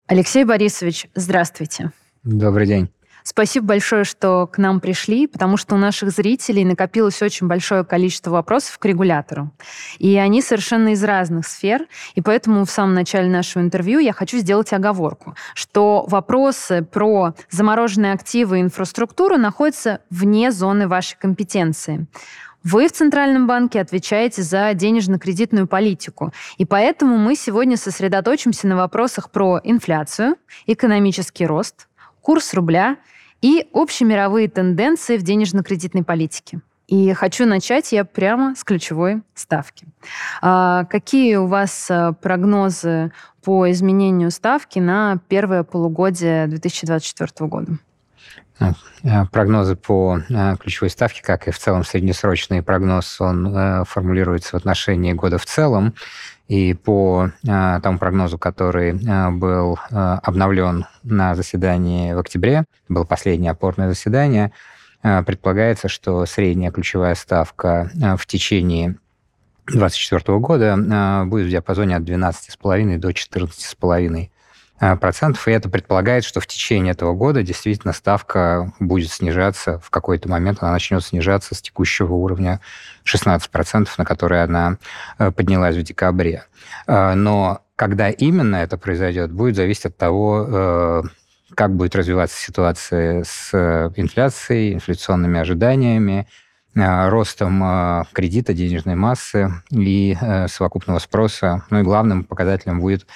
Алексей Борисович, здравствуйте. Добрый день. Спасибо большое, что к нам пришли, потому что у наших зрителей накопилось очень большое количество вопросов к регулятору. И они совершенно из разных сфер. И поэтому в самом начале нашего интервью я хочу сделать оговорку, что вопросы про замороженные активы и инфраструктуру находятся вне зоны вашей компетенции. Вы в Центральном банке отвечаете за денежно-кредитную политику. И поэтому мы сегодня сосредоточимся на вопросах про инфляцию, экономический рост, курс рубля и общемировые тенденции в денежно-кредитной политике. И хочу начать я прямо с ключевой ставки. Какие у вас прогнозы по изменению ставки на первое полугодие 2024 года? Прогнозы по ключевой ставке, как и в целом среднесрочный прогноз, он формулируется в отношении года в целом. И по тому прогнозу, который был обновлен на заседании в октябре, было последнее опорное заседание, предполагается, что средняя ключевая ставка в течение 2024 года будет в диапазоне от 12,5 до 14,5%. И это предполагает, что в течение этого года действительно ставка будет снижаться в какой-то момент, она начнет снижаться с текущего уровня 16%, на который она поднялась в декабре. Но когда именно это произойдет, будет зависеть от того, как будет развиваться ситуация с инфляцией, инфляционными ожиданиями, ростом кредита, денежной массы и совокупного спроса. Ну и главным показателем будет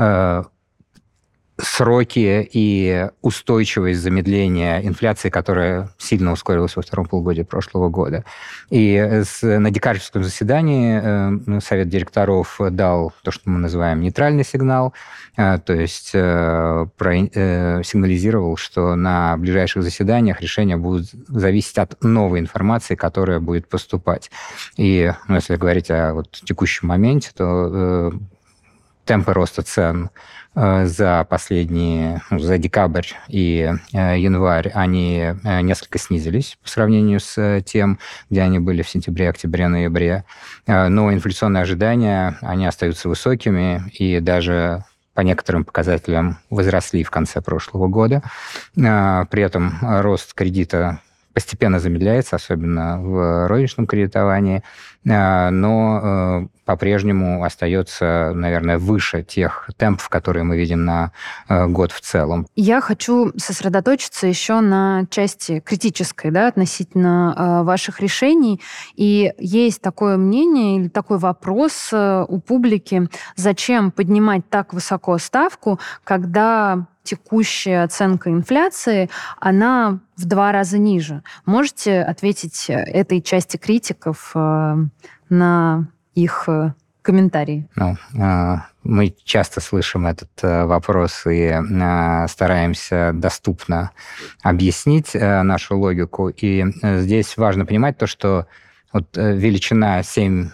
сроки и устойчивость замедления инфляции, которая сильно ускорилась во втором полугодии прошлого года. И на декабрьском заседании Совет директоров дал то, что мы называем нейтральный сигнал, то есть сигнализировал, что на ближайших заседаниях решения будут зависеть от новой информации, которая будет поступать. И если говорить о текущем моменте, то темпы роста цен за декабрь и январь, они несколько снизились по сравнению с тем, где они были в сентябре, октябре, ноябре. Но инфляционные ожидания, они остаются высокими и даже по некоторым показателям возросли в конце прошлого года. При этом рост кредита постепенно замедляется, особенно в розничном кредитовании, но по-прежнему остается, наверное, выше тех темпов, которые мы видим на год в целом. Я хочу сосредоточиться еще на части критической, относительно ваших решений. И есть такое мнение или такой вопрос у публики, зачем поднимать так высоко ставку, когда текущая оценка инфляции, она в 2 раза ниже. Можете ответить этой части критиков на их комментарии? Мы часто слышим этот вопрос и стараемся доступно объяснить нашу логику. И здесь важно понимать то, что величина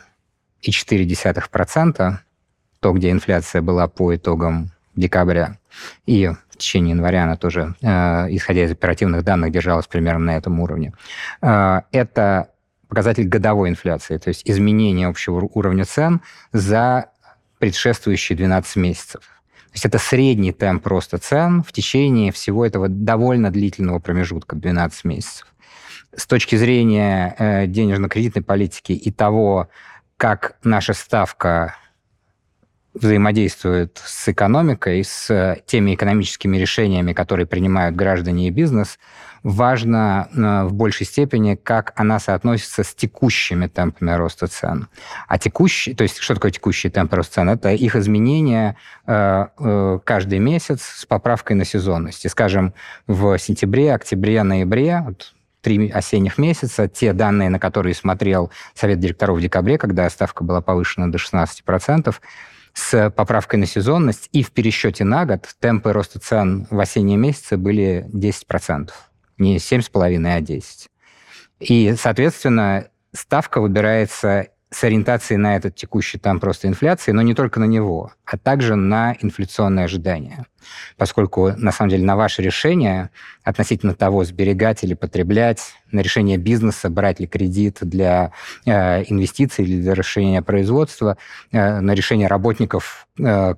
7,4%, то, где инфляция была по итогам декабря, и в течение января она тоже, исходя из оперативных данных, держалась примерно на этом уровне. Это показатель годовой инфляции, то есть изменение общего уровня цен за предшествующие 12 месяцев. То есть это средний темп роста цен в течение всего этого довольно длительного промежутка, 12 месяцев. С точки зрения денежно-кредитной политики и того, как наша ставка взаимодействует с экономикой, с теми экономическими решениями, которые принимают граждане и бизнес, важно в большей степени, как она соотносится с текущими темпами роста цен. То есть что такое текущие темпы роста цен? Это их изменения каждый месяц с поправкой на сезонность. И, скажем, в сентябре, октябре, ноябре, 3 осенних месяца, те данные, на которые смотрел Совет директоров в декабре, когда ставка была повышена до 16%, с поправкой на сезонность и в пересчете на год темпы роста цен в осенние месяцы были 10%. Не 7,5, а 10. И, соответственно, ставка выбирается с ориентацией на этот текущий темп роста инфляции, но не только на него. а также на инфляционные ожидания. Поскольку, на самом деле, на ваше решение относительно того, сберегать или потреблять, на решение бизнеса, брать ли кредит для инвестиций или для расширения производства, на решение работников, на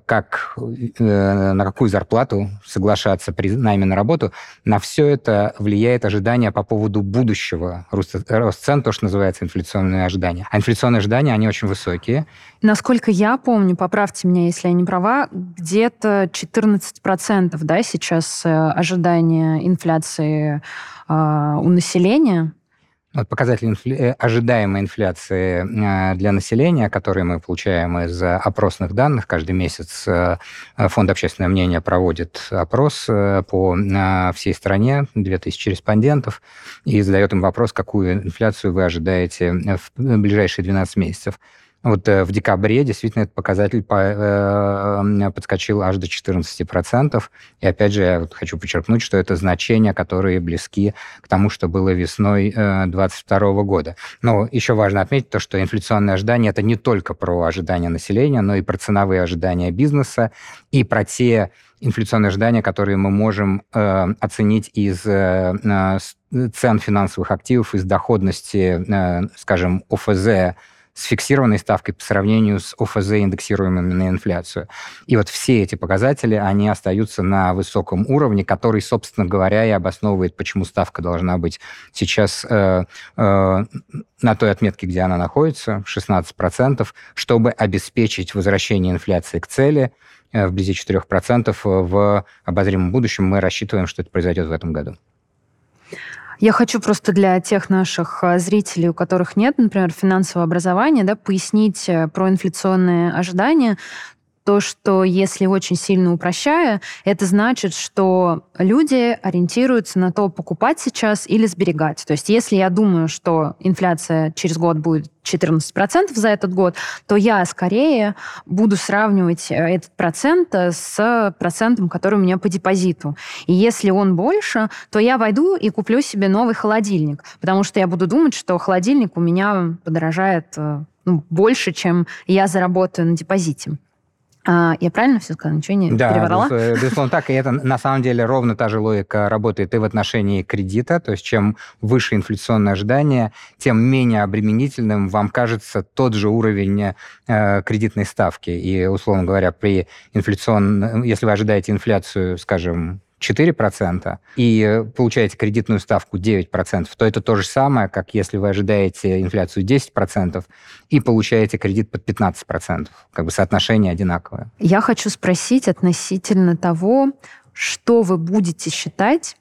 какую зарплату соглашаться при найме на работу, на все это влияет ожидание по поводу будущего роста цен, то, что называется инфляционные ожидания. А инфляционные ожидания, они очень высокие. Насколько я помню, поправьте меня, если я не права, где-то 14%, да, сейчас ожидание инфляции у населения. Вот показатель ожидаемой инфляции для населения, который мы получаем из опросных данных. Каждый месяц Фонд общественное мнение проводит опрос по всей стране, 2000 респондентов, и задает им вопрос, какую инфляцию вы ожидаете в ближайшие 12 месяцев. Вот в декабре действительно этот показатель подскочил аж до 14%. И опять же, я хочу подчеркнуть, что это значения, которые близки к тому, что было весной 2022 года. Но еще важно отметить то, что инфляционные ожидания – это не только про ожидания населения, но и про ценовые ожидания бизнеса, и про те инфляционные ожидания, которые мы можем оценить из цен финансовых активов, из доходности, скажем, ОФЗ с фиксированной ставкой по сравнению с ОФЗ, индексируемыми на инфляцию. И вот все эти показатели, они остаются на высоком уровне, который, собственно говоря, и обосновывает, почему ставка должна быть сейчас на той отметке, где она находится, 16%, чтобы обеспечить возвращение инфляции к цели вблизи 4% в обозримом будущем. Мы рассчитываем, что это произойдет в этом году. Я хочу просто для тех наших зрителей, у которых нет, например, финансового образования, да, пояснить про инфляционные ожидания. То, что если очень сильно упрощая, это значит, что люди ориентируются на то, покупать сейчас или сберегать. То есть если я думаю, что инфляция через год будет 14% за этот год, то я скорее буду сравнивать этот процент с процентом, который у меня по депозиту. И если он больше, то я войду и куплю себе новый холодильник, потому что я буду думать, что холодильник у меня подорожает больше, чем я заработаю на депозите. Я правильно все сказала? Ничего не переврала? Да, безусловно, так. И это, на самом деле, ровно та же логика работает и в отношении кредита. То есть, чем выше инфляционное ожидание, тем менее обременительным вам кажется тот же уровень кредитной ставки. И, условно говоря, при если вы ожидаете инфляцию, скажем, 4% и получаете кредитную ставку 9%, то это то же самое, как если вы ожидаете инфляцию 10% и получаете кредит под 15%. Как бы соотношение одинаковое. Я хочу спросить относительно того, что вы будете считать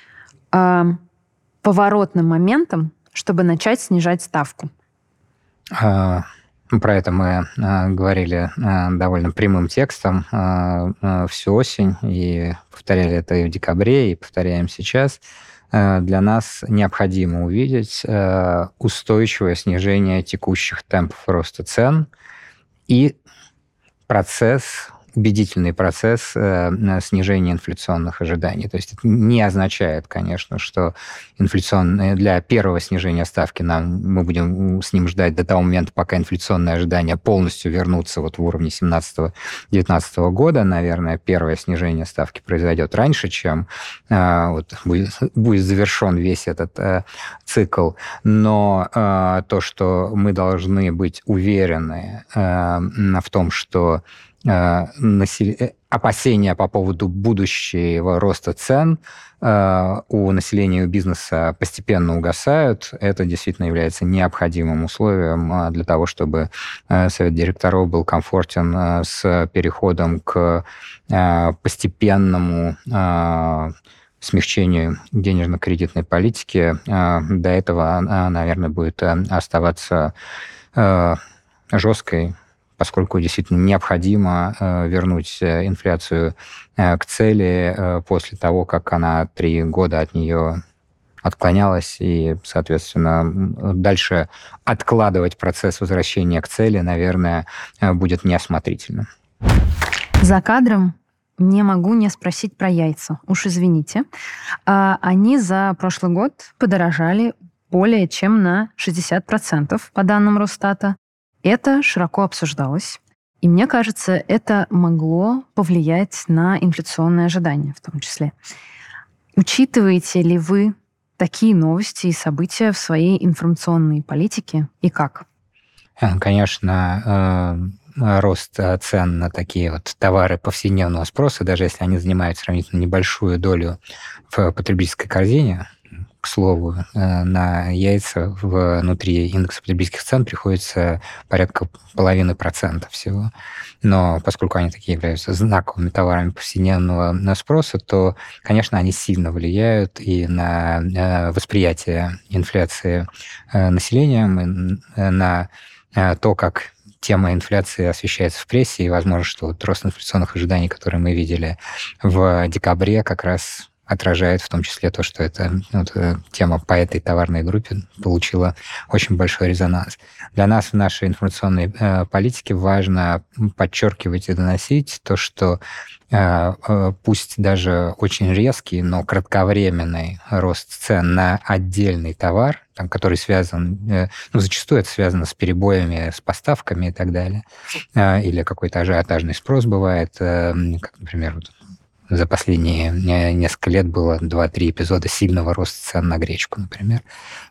поворотным моментом, чтобы начать снижать ставку. Про это мы говорили довольно прямым текстом всю осень, и повторяли это и в декабре, и повторяем сейчас. Для нас необходимо увидеть устойчивое снижение текущих темпов роста цен и убедительный процесс снижения инфляционных ожиданий. То есть это не означает, конечно, что для первого снижения ставки мы будем с ним ждать до того момента, пока инфляционные ожидания полностью вернутся в уровне 17-19 года. Наверное, первое снижение ставки произойдет раньше, чем будет завершен весь этот цикл. Но то, что мы должны быть уверены в том, что опасения по поводу будущего роста цен у населения и у бизнеса постепенно угасают. Это действительно является необходимым условием для того, чтобы совет директоров был комфортен с переходом к постепенному смягчению денежно-кредитной политики. До этого она, наверное, будет оставаться жесткой, поскольку действительно необходимо вернуть инфляцию к цели после того, как она 3 года от нее отклонялась, и, соответственно, дальше откладывать процесс возвращения к цели, наверное, будет неосмотрительно. За кадром не могу не спросить про яйца. Уж извините. Они за прошлый год подорожали более чем на 60%, по данным Росстата. Это широко обсуждалось. И мне кажется, это могло повлиять на инфляционные ожидания в том числе. Учитываете ли вы такие новости и события в своей информационной политике и как? Конечно, рост цен на такие вот товары повседневного спроса, даже если они занимают сравнительно небольшую долю в потребительской корзине, к слову, на яйца внутри индекса потребительских цен приходится порядка 0,5% всего. Но поскольку они такие являются знаковыми товарами повседневного спроса, то, конечно, они сильно влияют и на восприятие инфляции населением, и на то, как тема инфляции освещается в прессе, и возможно, что вот рост инфляционных ожиданий, которые мы видели в декабре, как раз отражает в том числе то, что эта тема по этой товарной группе получила очень большой резонанс. Для нас в нашей информационной политике важно подчеркивать и доносить то, что пусть даже очень резкий, но кратковременный рост цен на отдельный товар, который связан, зачастую это связано с перебоями, с поставками и так далее, или какой-то ажиотажный спрос бывает, как, например, за последние несколько лет было 2-3 эпизода сильного роста цен на гречку, например.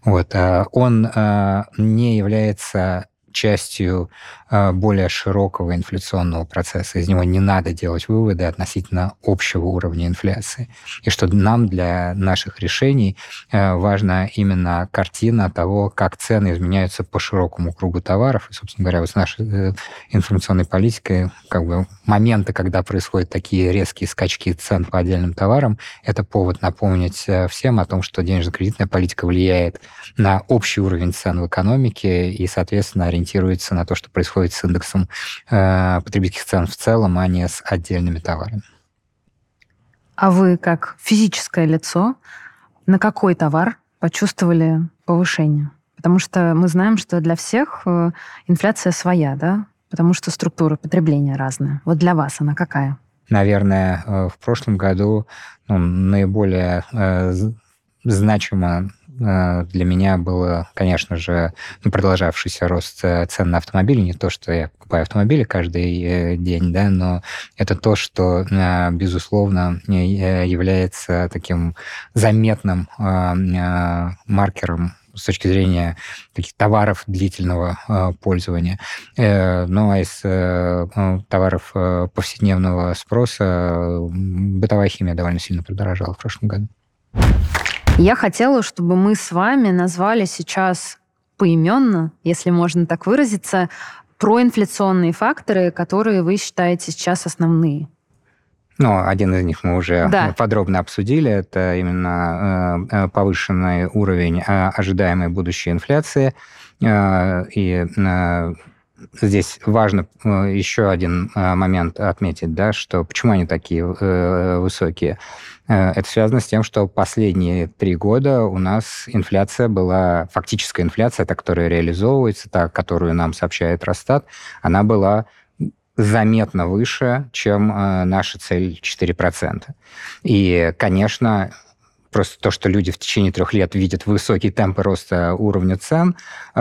Он не является частью более широкого инфляционного процесса. Из него не надо делать выводы относительно общего уровня инфляции. И что нам для наших решений важна именно картина того, как цены изменяются по широкому кругу товаров. И, собственно говоря, вот с нашей информационной политикой моменты, когда происходят такие резкие скачки цен по отдельным товарам, это повод напомнить всем о том, что денежно-кредитная политика влияет на общий уровень цен в экономике и, соответственно, ориентируется на то, что происходит с индексом потребительских цен в целом, а не с отдельными товарами. А вы, как физическое лицо, на какой товар почувствовали повышение? Потому что мы знаем, что для всех инфляция своя, да? Потому что структура потребления разная. Вот для вас она какая? Наверное, в прошлом году наиболее значимо для меня было, конечно же, продолжавшийся рост цен на автомобили. Не то, что я покупаю автомобили каждый день, да, но это то, что, безусловно, является таким заметным маркером с точки зрения таких товаров длительного пользования. Ну, а из товаров повседневного спроса бытовая химия довольно сильно подорожала в прошлом году. Я хотела, чтобы мы с вами назвали сейчас поименно, если можно так выразиться, проинфляционные факторы, которые вы считаете сейчас основные. Один из них мы уже подробно обсудили. Это именно повышенный уровень ожидаемой будущей инфляции. И здесь важно еще один момент отметить, да, что почему они такие высокие. Это связано с тем, что последние 3 года у нас инфляция была, фактическая инфляция, та, которая реализовывается, та, которую нам сообщает Росстат, она была заметно выше, чем наша цель 4%. И, конечно, просто то, что люди в течение 3 лет видят высокие темпы роста уровня цен,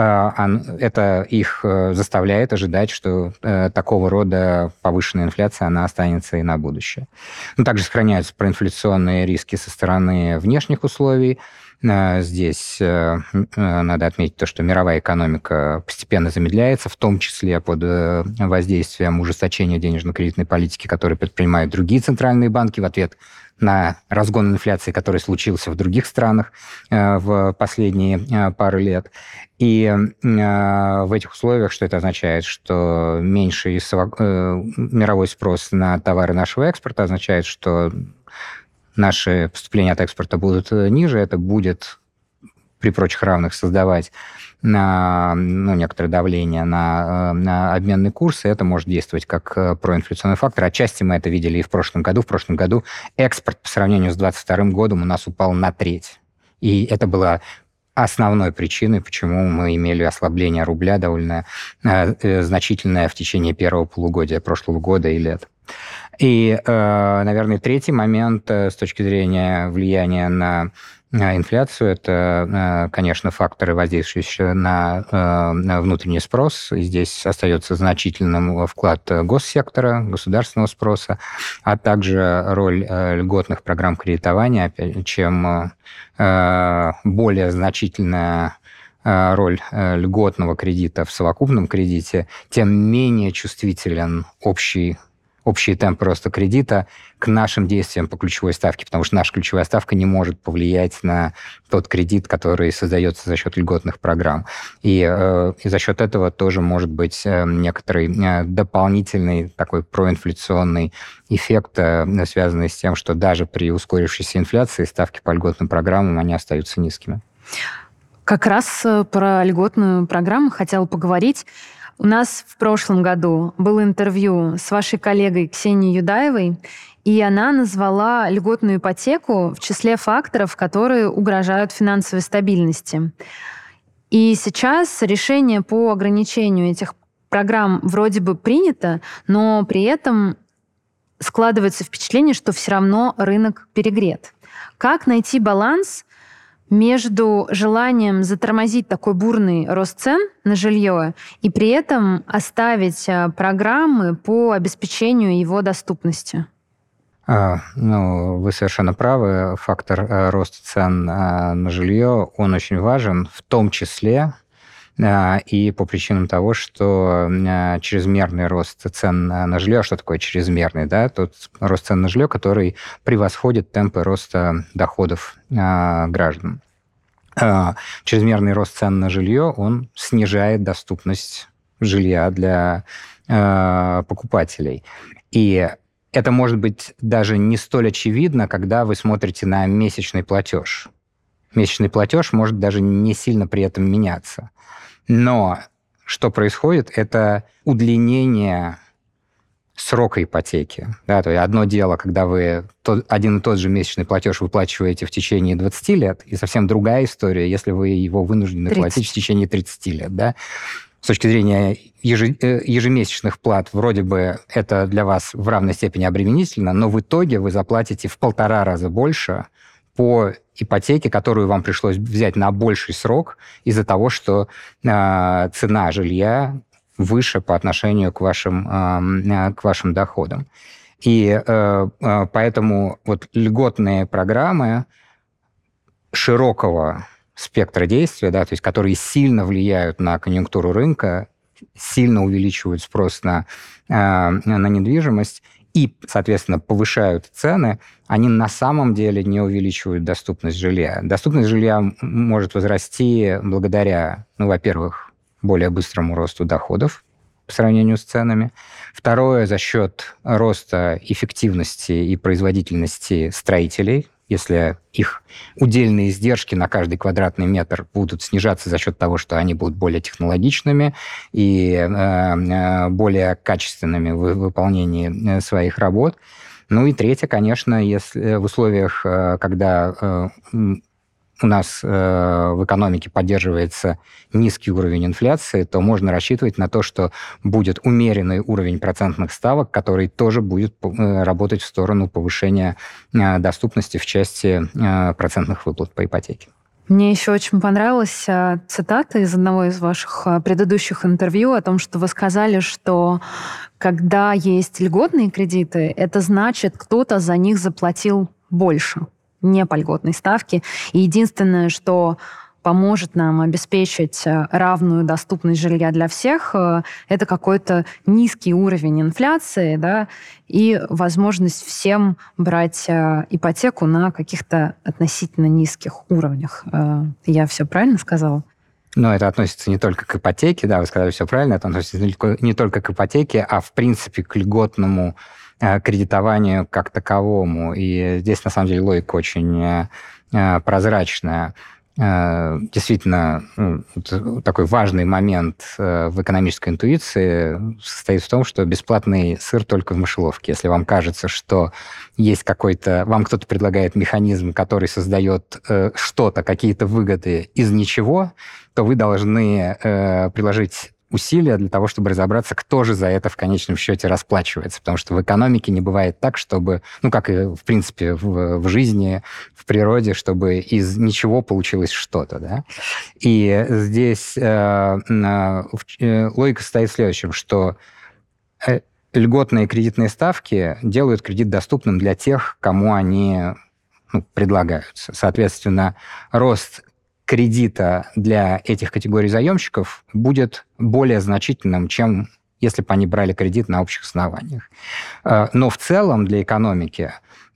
это их заставляет ожидать, что такого рода повышенная инфляция, она останется и на будущее. Также сохраняются проинфляционные риски со стороны внешних условий. Здесь надо отметить то, что мировая экономика постепенно замедляется, в том числе под воздействием ужесточения денежно-кредитной политики, которые предпринимают другие центральные банки в ответ на разгон инфляции, который случился в других странах в последние пару лет. И в этих условиях что это означает? Что меньший мировой спрос на товары нашего экспорта означает, что наши поступления от экспорта будут ниже, это будет при прочих равных создавать некоторое давление на обменный курс, и это может действовать как проинфляционный фактор. Отчасти мы это видели и в прошлом году. В прошлом году экспорт по сравнению с 2022 годом у нас упал на треть. И это было основной причиной, почему мы имели ослабление рубля довольно значительное в течение первого полугодия прошлого года и лета. И, наверное, третий момент с точки зрения влияния на инфляцию. Это, конечно, факторы, воздействующие на внутренний спрос. И здесь остается значительным вклад госсектора, государственного спроса, а также роль льготных программ кредитования. Опять, чем более значительная роль льготного кредита в совокупном кредите, тем менее чувствителен общий темп роста кредита к нашим действиям по ключевой ставке, потому что наша ключевая ставка не может повлиять на тот кредит, который создается за счет льготных программ. И за счет этого тоже может быть некоторый дополнительный такой проинфляционный эффект, связанный с тем, что даже при ускорившейся инфляции ставки по льготным программам, они остаются низкими. Как раз про льготную программу хотела поговорить. У нас в прошлом году было интервью с вашей коллегой Ксенией Юдаевой, и она назвала льготную ипотеку в числе факторов, которые угрожают финансовой стабильности. И сейчас решение по ограничению этих программ вроде бы принято, но при этом складывается впечатление, что все равно рынок перегрет. Как найти баланс между желанием затормозить такой бурный рост цен на жилье и при этом оставить программы по обеспечению его доступности? Вы совершенно правы. Фактор роста цен на жилье, он очень важен, в том числе и по причинам того, что чрезмерный рост цен на жилье, что такое чрезмерный, да, тот рост цен на жилье, который превосходит темпы роста доходов граждан. Чрезмерный рост цен на жилье, он снижает доступность жилья для покупателей. И это может быть даже не столь очевидно, когда вы смотрите на месячный платеж. Месячный платеж может даже не сильно при этом меняться. Но что происходит, это удлинение срока ипотеки. Да, то есть одно дело, когда вы один и тот же месячный платеж выплачиваете в течение 20 лет, и совсем другая история, если вы его вынуждены 30. Платить в течение 30 лет. Да? С точки зрения ежемесячных плат, вроде бы это для вас в равной степени обременительно, но в итоге вы заплатите в 1,5 раза больше по ипотеке, которую вам пришлось взять на больший срок из-за того, что цена жилья выше по отношению к вашим доходам. И поэтому вот льготные программы широкого спектра действия, да, то есть которые сильно влияют на конъюнктуру рынка, сильно увеличивают спрос на недвижимость и, соответственно, повышают цены, они на самом деле не увеличивают доступность жилья. Доступность жилья может возрасти благодаря, во-первых, более быстрому росту доходов по сравнению с ценами. Второе, за счет роста эффективности и производительности строителей. Если их удельные издержки на каждый квадратный метр будут снижаться за счет того, что они будут более технологичными и более качественными в выполнении своих работ. И третье, конечно, если в условиях, когда у нас в экономике поддерживается низкий уровень инфляции, то можно рассчитывать на то, что будет умеренный уровень процентных ставок, который тоже будет работать в сторону повышения доступности в части процентных выплат по ипотеке. Мне еще очень понравилась цитата из одного из ваших предыдущих интервью о том, что вы сказали, что когда есть льготные кредиты, это значит, кто-то за них заплатил больше, не по льготной ставке. И единственное, что поможет нам обеспечить равную доступность жилья для всех, это какой-то низкий уровень инфляции, да, и возможность всем брать ипотеку на каких-то относительно низких уровнях. Я все правильно сказала? Но это относится не только к ипотеке, да, вы сказали все правильно, это относится не только к ипотеке, а в принципе к льготному кредитованию как таковому. И здесь, на самом деле, логика очень прозрачная. Действительно, такой важный момент в экономической интуиции состоит в том, что бесплатный сыр только в мышеловке. Если вам кажется, что есть вам кто-то предлагает механизм, который создает что-то, какие-то выгоды из ничего, то вы должны приложить усилия для того, чтобы разобраться, кто же за это в конечном счете расплачивается. Потому что в экономике не бывает так, чтобы, как и, в принципе, в жизни, в природе, чтобы из ничего получилось что-то. Да? И здесь логика состоит в следующем, что льготные кредитные ставки делают кредит доступным для тех, кому они предлагаются. Соответственно, рост кредита для этих категорий заемщиков будет более значительным, чем если бы они брали кредит на общих основаниях. Но в целом для экономики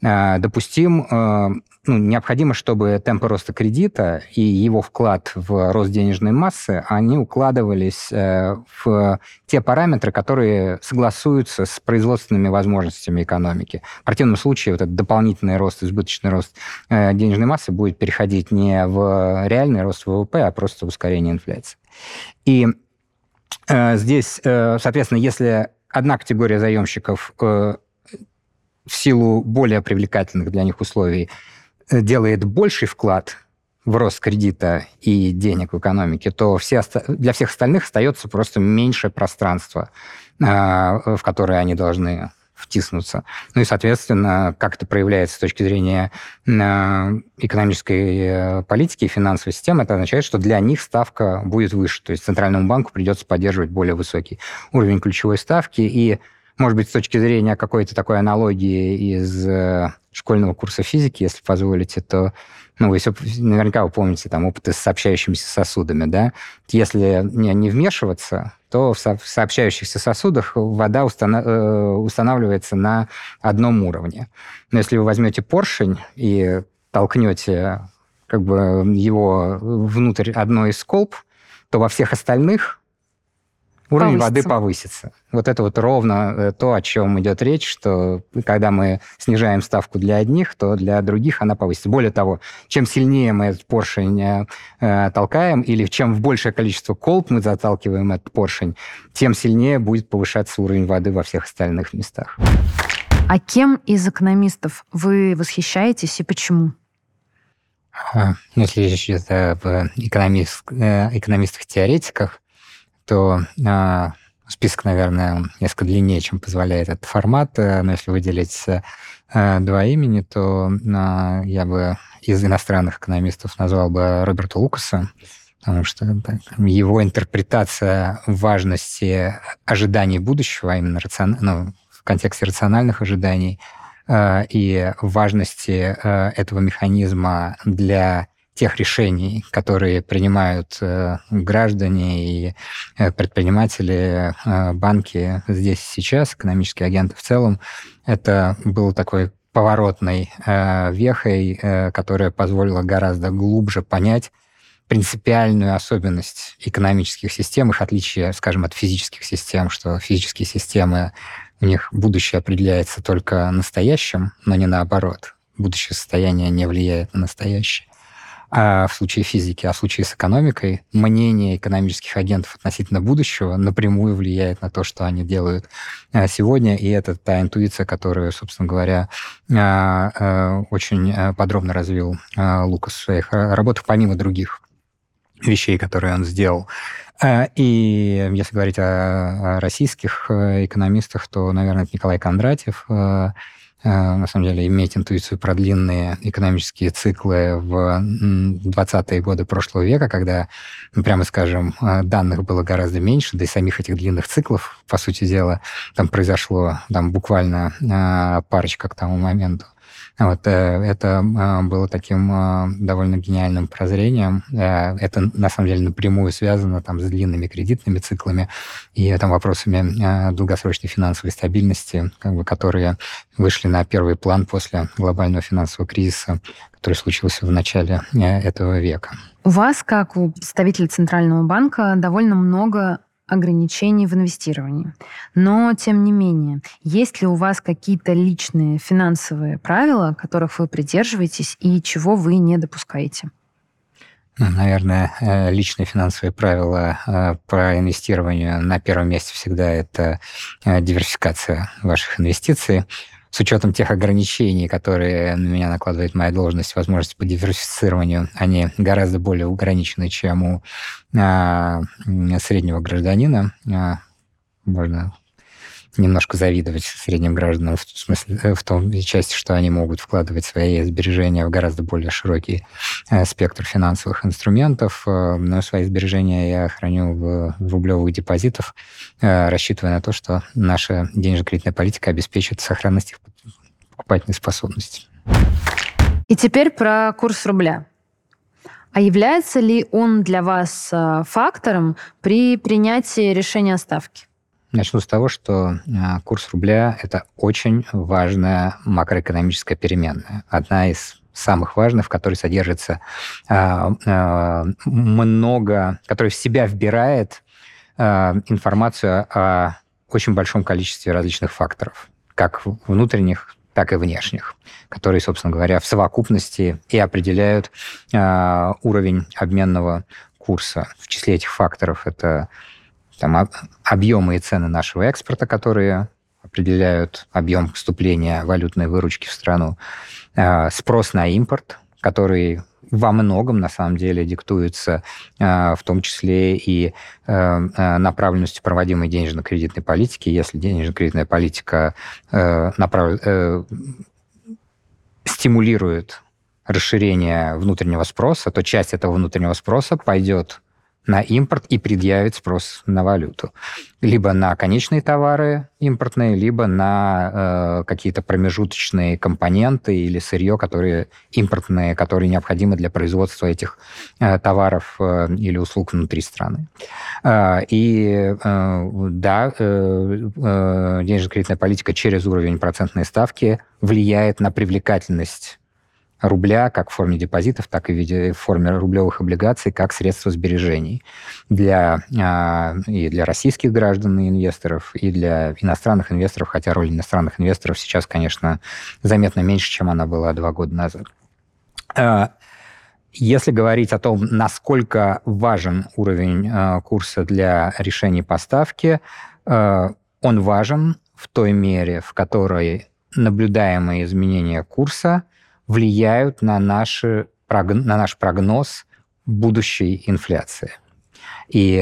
необходимо, чтобы темпы роста кредита и его вклад в рост денежной массы, они укладывались в те параметры, которые согласуются с производственными возможностями экономики. В противном случае вот этот дополнительный рост, избыточный рост денежной массы будет переходить не в реальный рост ВВП, а просто в ускорение инфляции. И здесь, соответственно, если одна категория заемщиков в силу более привлекательных для них условий делает больший вклад в рост кредита и денег в экономике, то для всех остальных остается просто меньше пространства, в которое они должны втиснуться. И, соответственно, как это проявляется с точки зрения экономической политики и финансовой системы, это означает, что для них ставка будет выше. То есть Центральному банку придется поддерживать более высокий уровень ключевой ставки. И, может быть, с точки зрения какой-то такой аналогии из школьного курса физики, если позволите, то вы наверняка вы помните опыты с сообщающимися сосудами. Да? Если не вмешиваться, то в сообщающихся сосудах вода устанавливается на одном уровне. Но если вы возьмете поршень и толкнете его внутрь одной из колб, то во всех остальных уровень воды повысится. Вот это ровно то, о чем идет речь, что когда мы снижаем ставку для одних, то для других она повысится. Более того, чем сильнее мы этот поршень толкаем, или чем в большее количество колб мы заталкиваем этот поршень, тем сильнее будет повышаться уровень воды во всех остальных местах. А кем из экономистов вы восхищаетесь и почему? Если речь идет об экономистах-теоретиках, то список, наверное, несколько длиннее, чем позволяет этот формат. Но если выделить два имени, то я бы из иностранных экономистов назвал бы Роберта Лукаса, потому что его интерпретация важности ожиданий будущего, а именно в контексте рациональных ожиданий, и важности этого механизма для тех решений, которые принимают граждане и предприниматели, банки здесь и сейчас, экономические агенты в целом, это было такой поворотной вехой, которая позволила гораздо глубже понять принципиальную особенность экономических систем, их отличие, скажем, от физических систем, что физические системы, у них будущее определяется только настоящим, но не наоборот. Будущее состояние не влияет на настоящее. А в случае физики, а в случае с экономикой, мнение экономических агентов относительно будущего напрямую влияет на то, что они делают сегодня, и это та интуиция, которую, собственно говоря, очень подробно развил Лукас в своих работах, помимо других вещей, которые он сделал. И если говорить о российских экономистах, то, наверное, это Николай Кондратьев, на самом деле, иметь интуицию про длинные экономические циклы в 20-е годы прошлого века, когда, прямо скажем, данных было гораздо меньше, да и самих этих длинных циклов, по сути дела, там произошло буквально парочка к тому моменту. Это было таким довольно гениальным прозрением. Это, на самом деле, напрямую связано с длинными кредитными циклами и вопросами долгосрочной финансовой стабильности, которые вышли на первый план после глобального финансового кризиса, который случился в начале этого века. У вас, как у представителя Центрального банка, довольно много ограничений в инвестировании. Но, тем не менее, есть ли у вас какие-то личные финансовые правила, которых вы придерживаетесь и чего вы не допускаете? Наверное, личные финансовые правила по инвестированию на первом месте всегда это диверсификация ваших инвестиций. с учетом тех ограничений, которые на меня накладывает моя должность, возможности по диверсифицированию, они гораздо более ограничены, чем у среднего гражданина. Можно немножко завидовать средним гражданам в смысле, в том части, что они могут вкладывать свои сбережения в гораздо более широкий спектр финансовых инструментов. Но свои сбережения я храню в рублевых депозитах, рассчитывая на то, что наша денежно-кредитная политика обеспечит сохранность их покупательной способности. И теперь про курс рубля. А является ли он для вас фактором при принятии решения о ставке? Начну с того, что курс рубля – это очень важная макроэкономическая переменная. Одна из самых важных, в которой содержится которая в себя вбирает информацию о очень большом количестве различных факторов, как внутренних, так и внешних, которые, собственно говоря, в совокупности и определяют уровень обменного курса. В числе этих факторов это объемы и цены нашего экспорта, которые определяют объем поступления валютной выручки в страну, спрос на импорт, который во многом, на самом деле, диктуется в том числе и направленностью проводимой денежно-кредитной политики. Если денежно-кредитная политика стимулирует расширение внутреннего спроса, то часть этого внутреннего спроса пойдет на импорт и предъявит спрос на валюту. Либо на конечные товары импортные, либо на какие-то промежуточные компоненты или сырье, которые импортные, которые необходимы для производства этих товаров или услуг внутри страны. И да, денежно-кредитная политика через уровень процентной ставки влияет на привлекательность рубля как в форме депозитов, так и в форме рублевых облигаций, как средство сбережений и для российских граждан и инвесторов, и для иностранных инвесторов, хотя роль иностранных инвесторов сейчас, конечно, заметно меньше, чем она была 2 года назад. Если говорить о том, насколько важен уровень курса для решений по ставке, он важен в той мере, в которой наблюдаемые изменения курса влияют на наш прогноз будущей инфляции. И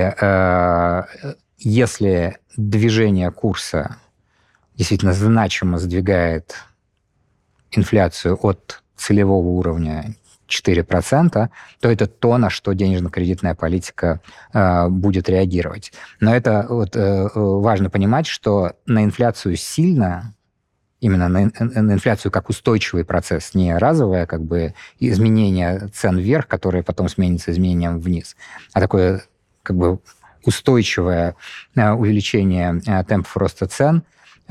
если движение курса действительно значимо сдвигает инфляцию от целевого уровня 4%, то это то, на что денежно-кредитная политика будет реагировать. Но это важно понимать, что на инфляцию сильно, именно на инфляцию как устойчивый процесс, не разовое изменение цен вверх, которое потом сменится изменением вниз, а такое устойчивое увеличение темпов роста цен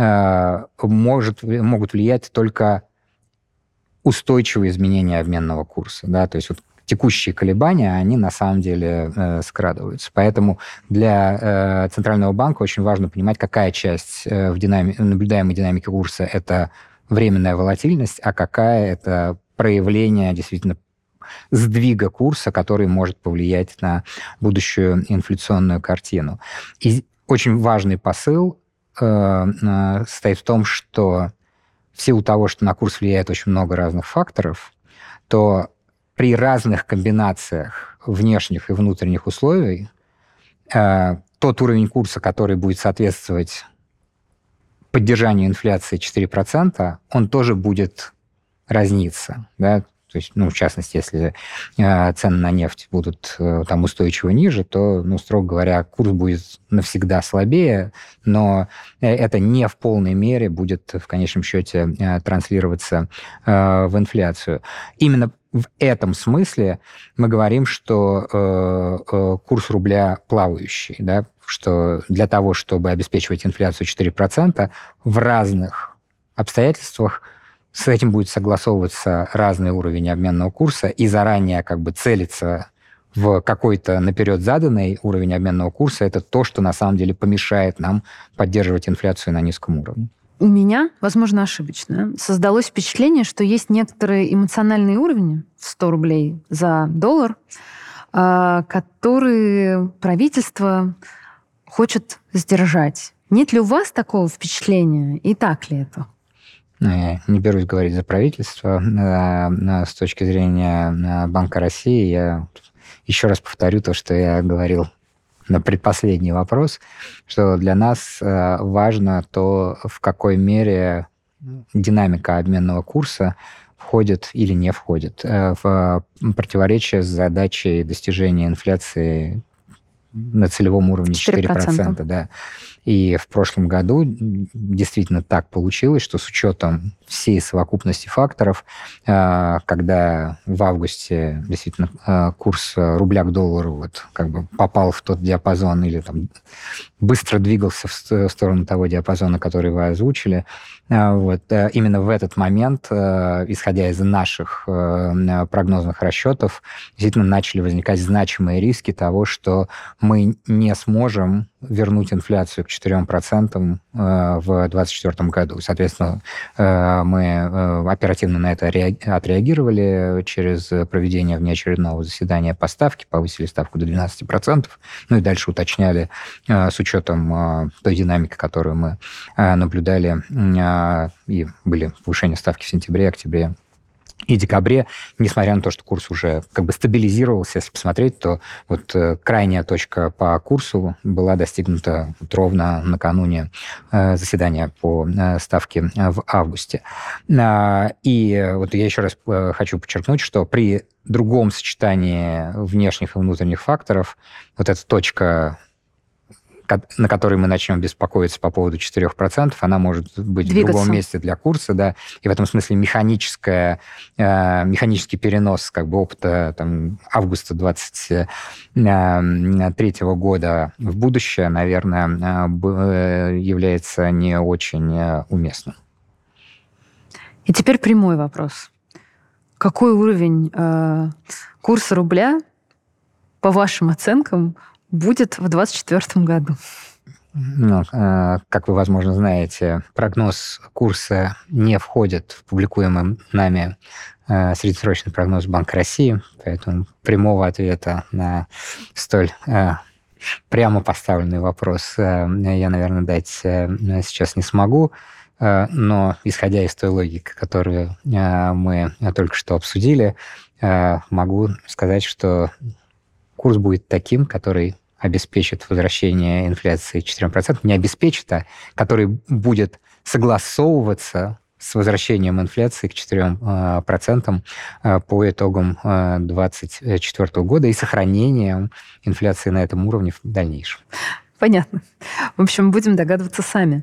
могут влиять только устойчивые изменения обменного курса. Да? То есть текущие колебания, они на самом деле скрадываются. Поэтому для Центрального банка очень важно понимать, какая часть в наблюдаемой динамике курса – это временная волатильность, а какая – это проявление действительно сдвига курса, который может повлиять на будущую инфляционную картину. И очень важный посыл состоит в том, что в силу того, что на курс влияет очень много разных факторов, то при разных комбинациях внешних и внутренних условий тот уровень курса, который будет соответствовать поддержанию инфляции 4%, он тоже будет разниться. Да? То есть, в частности, если цены на нефть будут там устойчиво ниже, то, строго говоря, курс будет навсегда слабее, но это не в полной мере будет в конечном счете транслироваться в инфляцию. Именно в этом смысле мы говорим, что курс рубля плавающий, да, что для того, чтобы обеспечивать инфляцию 4%, в разных обстоятельствах с этим будет согласовываться разный уровень обменного курса, и заранее целиться в какой-то наперед заданный уровень обменного курса – это то, что на самом деле помешает нам поддерживать инфляцию на низком уровне. У меня, возможно, ошибочно, создалось впечатление, что есть некоторые эмоциональные уровни в 100 рублей за доллар, которые правительство хочет сдержать. Нет ли у вас такого впечатления? И так ли это? не берусь говорить за правительство. С точки зрения Банка России, я еще раз повторю то, что я говорил на предпоследний вопрос, что для нас важно то, в какой мере динамика обменного курса входит или не входит в противоречие с задачей достижения инфляции на целевом уровне 4%. Да. И в прошлом году действительно так получилось, что с учетом всей совокупности факторов, когда в августе действительно курс рубля к доллару вот как бы попал в тот диапазон или там быстро двигался в сторону того диапазона, который вы озвучили, вот, именно в этот момент, исходя из наших прогнозных расчетов, действительно начали возникать значимые риски того, что мы не сможем вернуть инфляцию к 4% в 2024 году. Соответственно, мы оперативно на это отреагировали через проведение внеочередного заседания по ставке, повысили ставку до 12%, ну и дальше уточняли с учетом той динамики, которую мы наблюдали, и были повышения ставки в сентябре, октябре и декабре, несмотря на то, что курс уже как бы стабилизировался, если посмотреть, то вот крайняя точка по курсу была достигнута вот ровно накануне заседания по ставке в августе. И вот я еще раз хочу подчеркнуть, что при другом сочетании внешних и внутренних факторов вот эта точка, на которой мы начнем беспокоиться по поводу 4%, она может быть в другом месте для курса, да, и в этом смысле механический перенос как бы опыта там, августа 2023 года в будущее, наверное, является не очень уместным. И теперь прямой вопрос. Какой уровень курса рубля, по вашим оценкам, будет в 2024 году? Ну, как вы, возможно, знаете, прогноз курса не входит в публикуемый нами среднесрочный прогноз Банка России, поэтому прямого ответа на столь прямо поставленный вопрос я, наверное, дать сейчас не смогу. Но, исходя из той логики, которую мы только что обсудили, могу сказать, что курс будет таким, который обеспечит возвращение инфляции 4%, не обеспечит, а который будет согласовываться с возвращением инфляции к 4% по итогам 2024 года и сохранением инфляции на этом уровне в дальнейшем. Понятно. В общем, будем догадываться сами.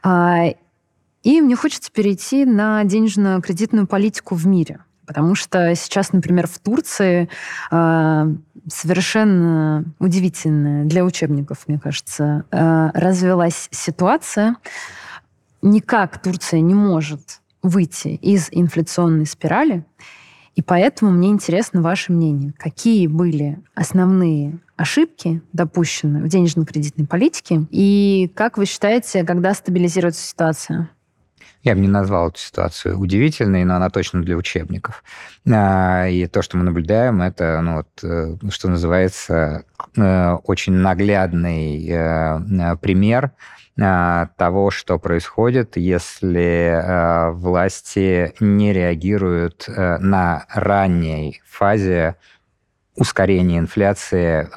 И мне хочется перейти на денежно-кредитную политику в мире. Потому что сейчас, например, в Турции совершенно удивительная для учебников, мне кажется, развилась ситуация. Никак Турция не может выйти из инфляционной спирали. И поэтому мне интересно ваше мнение. Какие были основные ошибки допущены в денежно-кредитной политике? И как вы считаете, когда стабилизируется ситуация? Я бы не назвал эту ситуацию удивительной, но она точно для учебников. И то, что мы наблюдаем, это, ну, вот, что называется, очень наглядный пример того, что происходит, если власти не реагируют на ранней фазе ускорения инфляции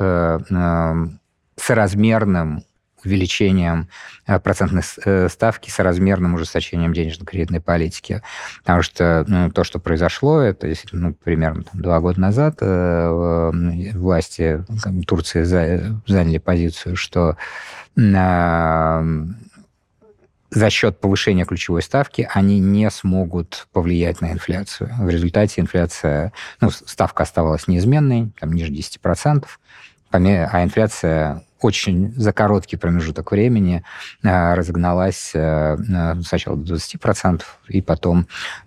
соразмерным увеличением процентной ставки, соразмерным ужесточением денежно-кредитной политики. Потому что то, что произошло, это действительно примерно 2 года назад власти Турции заняли позицию, что за счет повышения ключевой ставки они не смогут повлиять на инфляцию. В результате инфляция, ставка оставалась неизменной, там, ниже 10%, а инфляция очень за короткий промежуток времени разогналась сначала до 20% и потом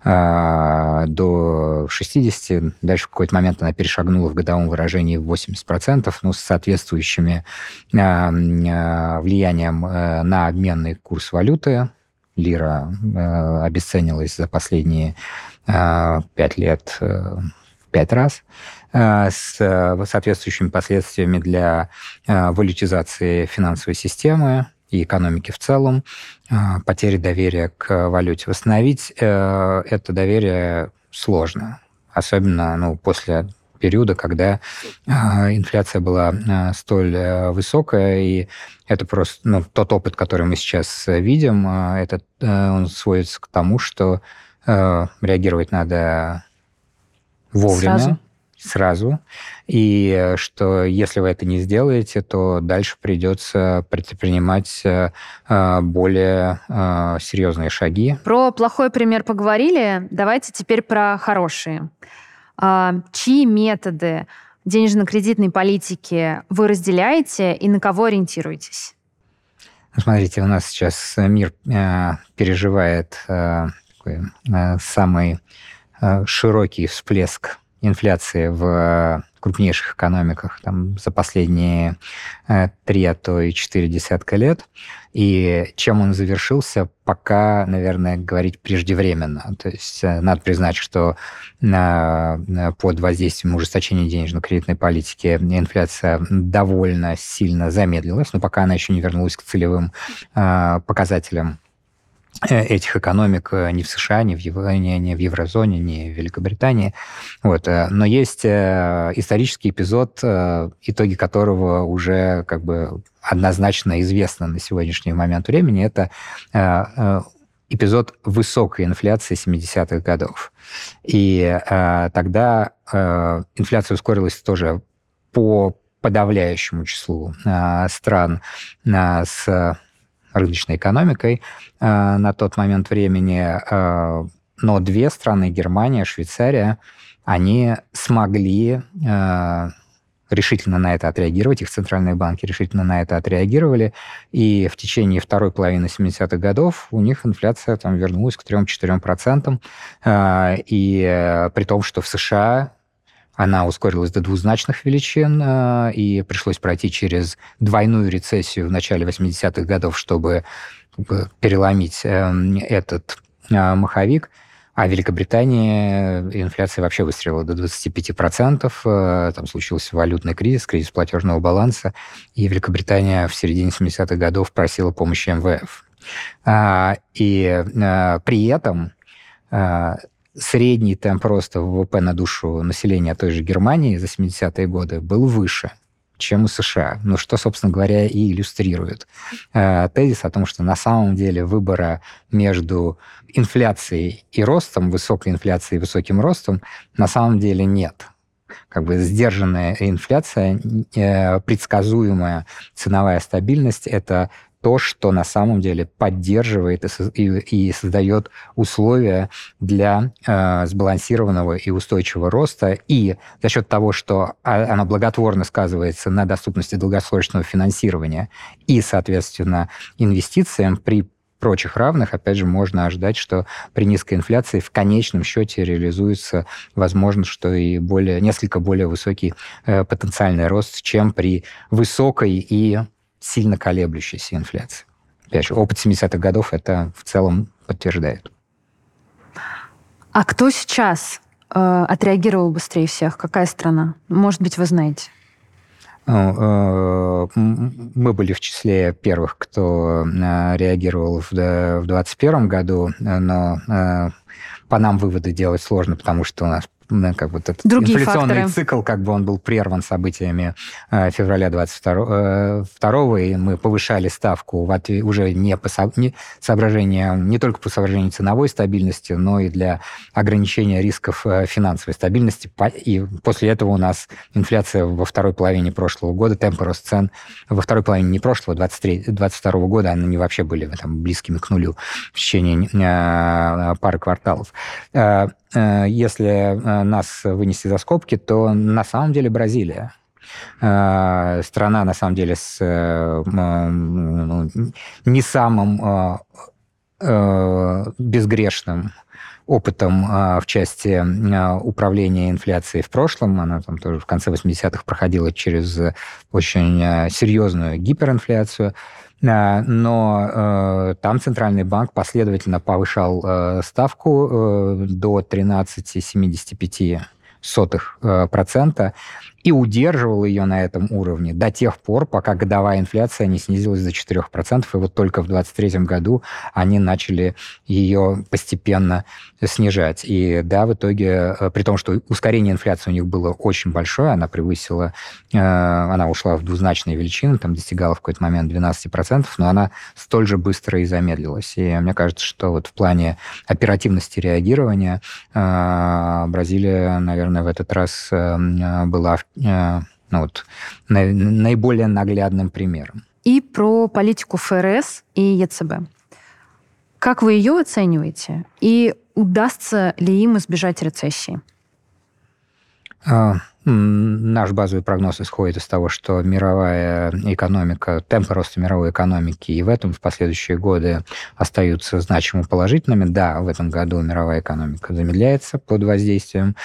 до 60%. Дальше в какой-то момент она перешагнула в годовом выражении в 80%, с соответствующими влиянием на обменный курс валюты. Лира обесценилась за последние 5 лет в 5 раз, с соответствующими последствиями для валютизации финансовой системы и экономики в целом, потери доверия к валюте. Восстановить это доверие сложно, особенно после периода, когда инфляция была столь высокая, и это просто тот опыт, который мы сейчас видим, он сводится к тому, что реагировать надо вовремя, сразу, и что если вы это не сделаете, то дальше придется предпринимать более серьезные шаги. Про плохой пример поговорили, давайте теперь про хорошие. Чьи методы денежно-кредитной политики вы разделяете и на кого ориентируетесь? Смотрите, у нас сейчас мир переживает такой самый широкий всплеск инфляции в крупнейших экономиках за последние 3, а то и 4 десятка лет. И чем он завершился, пока, наверное, говорить преждевременно. То есть надо признать, что под воздействием ужесточения денежно-кредитной политики инфляция довольно сильно замедлилась, но пока она еще не вернулась к целевым показателям этих экономик ни в США, ни в еврозоне, ни в Великобритании. Но есть исторический эпизод, итоги которого уже однозначно известны на сегодняшний момент времени. Это эпизод высокой инфляции 70-х годов. И тогда инфляция ускорилась тоже по подавляющему числу стран с рыночной экономикой на тот момент времени. Но 2 страны, Германия, Швейцария, они смогли решительно на это отреагировать, их центральные банки решительно на это отреагировали, и в течение второй половины 70-х годов у них инфляция вернулась к 3-4%, и при том, что в США она ускорилась до двузначных величин, и пришлось пройти через двойную рецессию в начале 80-х годов, чтобы переломить этот маховик. А в Великобритании инфляция вообще выстрелила до 25%. Там случился валютный кризис платежного баланса, и Великобритания в середине 70-х годов просила помощи МВФ. И при этом средний темп роста ВВП на душу населения той же Германии за 70-е годы был выше, чем у США. Что, собственно говоря, и иллюстрирует тезис о том, что на самом деле выбора между инфляцией и ростом, высокой инфляцией и высоким ростом, на самом деле нет. Сдержанная инфляция, предсказуемая ценовая стабильность – это то, что на самом деле поддерживает и создает условия для сбалансированного и устойчивого роста. И за счет того, что она благотворно сказывается на доступности долгосрочного финансирования и, соответственно, инвестициям, при прочих равных, опять же, можно ожидать, что при низкой инфляции в конечном счете реализуется, возможно, что и несколько более высокий потенциальный рост, чем при высокой и сильно колеблющейся инфляции. Опять же, опыт 70-х годов это в целом подтверждает. А кто сейчас отреагировал быстрее всех? Какая страна? Может быть, вы знаете? Мы были в числе первых, кто реагировал в 2021 году, но по нам выводы делать сложно, потому что у нас этот другие инфляционный факторы. цикл, он был прерван событиями февраля 22-го, и мы повышали ставку уже не только по соображению ценовой стабильности, но и для ограничения рисков финансовой стабильности. И после этого у нас инфляция во второй половине прошлого года, темпы роста цен во второй половине не прошлого, 22 года, они вообще были близкими к нулю в течение пары кварталов. Если нас вынести за скобки, то на самом деле Бразилия. Страна, на самом деле, с не самым безгрешным опытом в части управления инфляцией в прошлом. Она тоже в конце 80-х проходила через очень серьезную гиперинфляцию. Но там Центральный банк последовательно повышал ставку до 13,75%. и удерживал ее на этом уровне до тех пор, пока годовая инфляция не снизилась до 4%, и вот только в 2023 году они начали ее постепенно снижать. И да, в итоге, при том, что ускорение инфляции у них было очень большое, она превысила, она ушла в двузначные величины, там достигала в какой-то момент 12%, но она столь же быстро и замедлилась. И мне кажется, что вот в плане оперативности реагирования Бразилия, наверное, в этот раз была наиболее наглядным примером. И про политику ФРС и ЕЦБ. Как вы ее оцениваете? И удастся ли им избежать рецессии? Наш базовый прогноз исходит из того, что мировая экономика, темпы роста мировой экономики и в последующие годы остаются значимо положительными. Да, в этом году мировая экономика замедляется под воздействием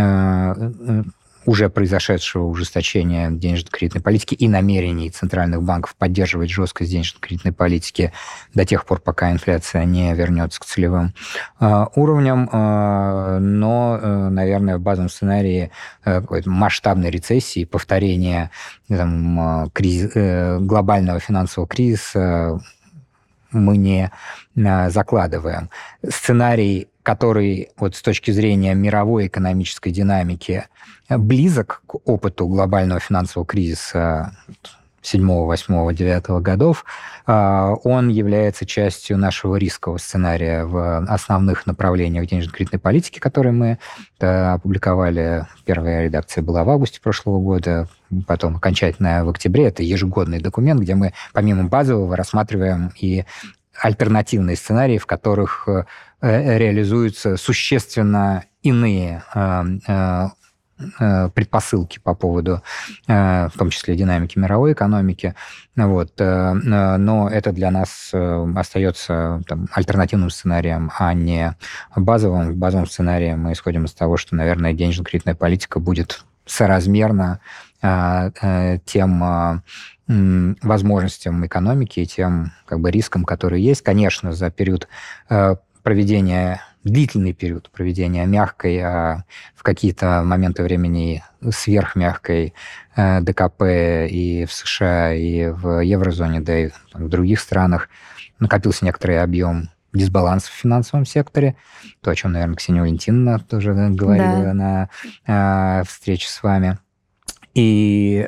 уже произошедшего ужесточения денежно-кредитной политики и намерений центральных банков поддерживать жесткость денежно-кредитной политики до тех пор, пока инфляция не вернется к целевым уровням. Но, наверное, в базовом сценарии какой-то масштабной рецессии, повторения глобального финансового кризиса мы не закладываем. Сценарий, который вот с точки зрения мировой экономической динамики близок к опыту глобального финансового кризиса 7, 8, 9 годов, он является частью нашего рискового сценария в основных направлениях денежно-кредитной политики, которые мы опубликовали. Первая редакция была в августе прошлого года, потом окончательная в октябре. Это ежегодный документ, где мы помимо базового рассматриваем и альтернативные сценарии, в которых реализуются существенно иные предпосылки по поводу, в том числе, динамики мировой экономики. Вот. Но это для нас остается альтернативным сценарием, а не базовым. В базовом сценарии мы исходим из того, что, наверное, денежно-кредитная политика будет соразмерна тем возможностям экономики и тем рискам, которые есть. Конечно, за длительный период проведения мягкой, а в какие-то моменты времени сверхмягкой ДКП и в США, и в еврозоне, да и в других странах накопился некоторый объем дисбаланс в финансовом секторе. То, о чем, наверное, Ксения Валентиновна тоже говорила на встрече с вами. И,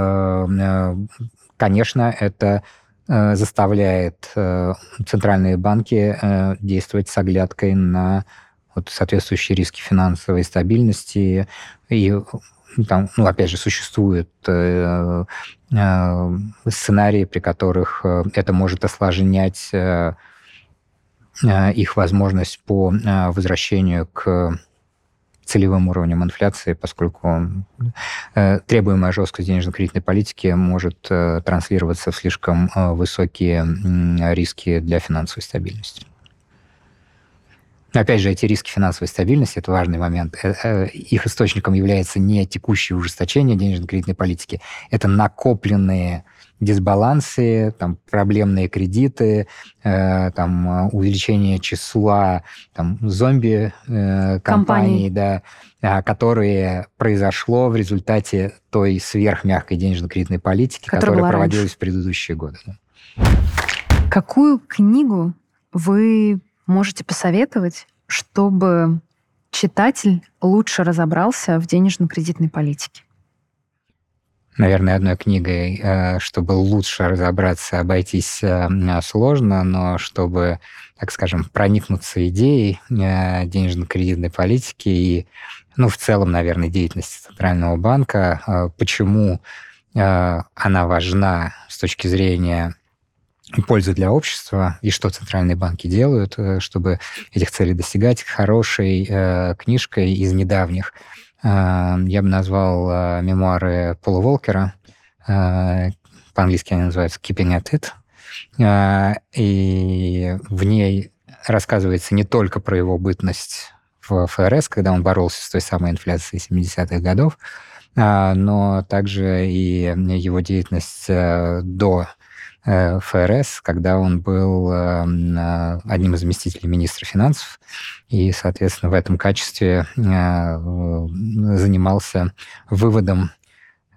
конечно, это заставляет центральные банки действовать с оглядкой на соответствующие риски финансовой стабильности. И там, опять же, существуют сценарии, при которых это может осложнять их возможность по возвращению к целевым уровнем инфляции, поскольку требуемая жесткость денежно-кредитной политики может транслироваться в слишком высокие риски для финансовой стабильности. Опять же, эти риски финансовой стабильности – это важный момент. Их источником является не текущее ужесточение денежно-кредитной политики, это накопленные дисбалансы, проблемные кредиты, увеличение числа зомби-компаний, которые произошло в результате той сверхмягкой денежно-кредитной политики, которая проводилась в предыдущие годы. Какую книгу вы можете посоветовать, чтобы читатель лучше разобрался в денежно-кредитной политике? Наверное, одной книгой, чтобы лучше разобраться, обойтись сложно, но чтобы, так скажем, проникнуться идеей денежно-кредитной политики и, в целом, наверное, деятельности Центрального банка, почему она важна с точки зрения пользы для общества и что центральные банки делают, чтобы этих целей достигать, хорошей книжкой из недавних. Я бы назвал мемуары Пола Волкера. По-английски они называются «Keeping at It». И в ней рассказывается не только про его бытность в ФРС, когда он боролся с той самой инфляцией 70-х годов, но также и его деятельность до ФРС, когда он был одним из заместителей министра финансов и, соответственно, в этом качестве занимался выводом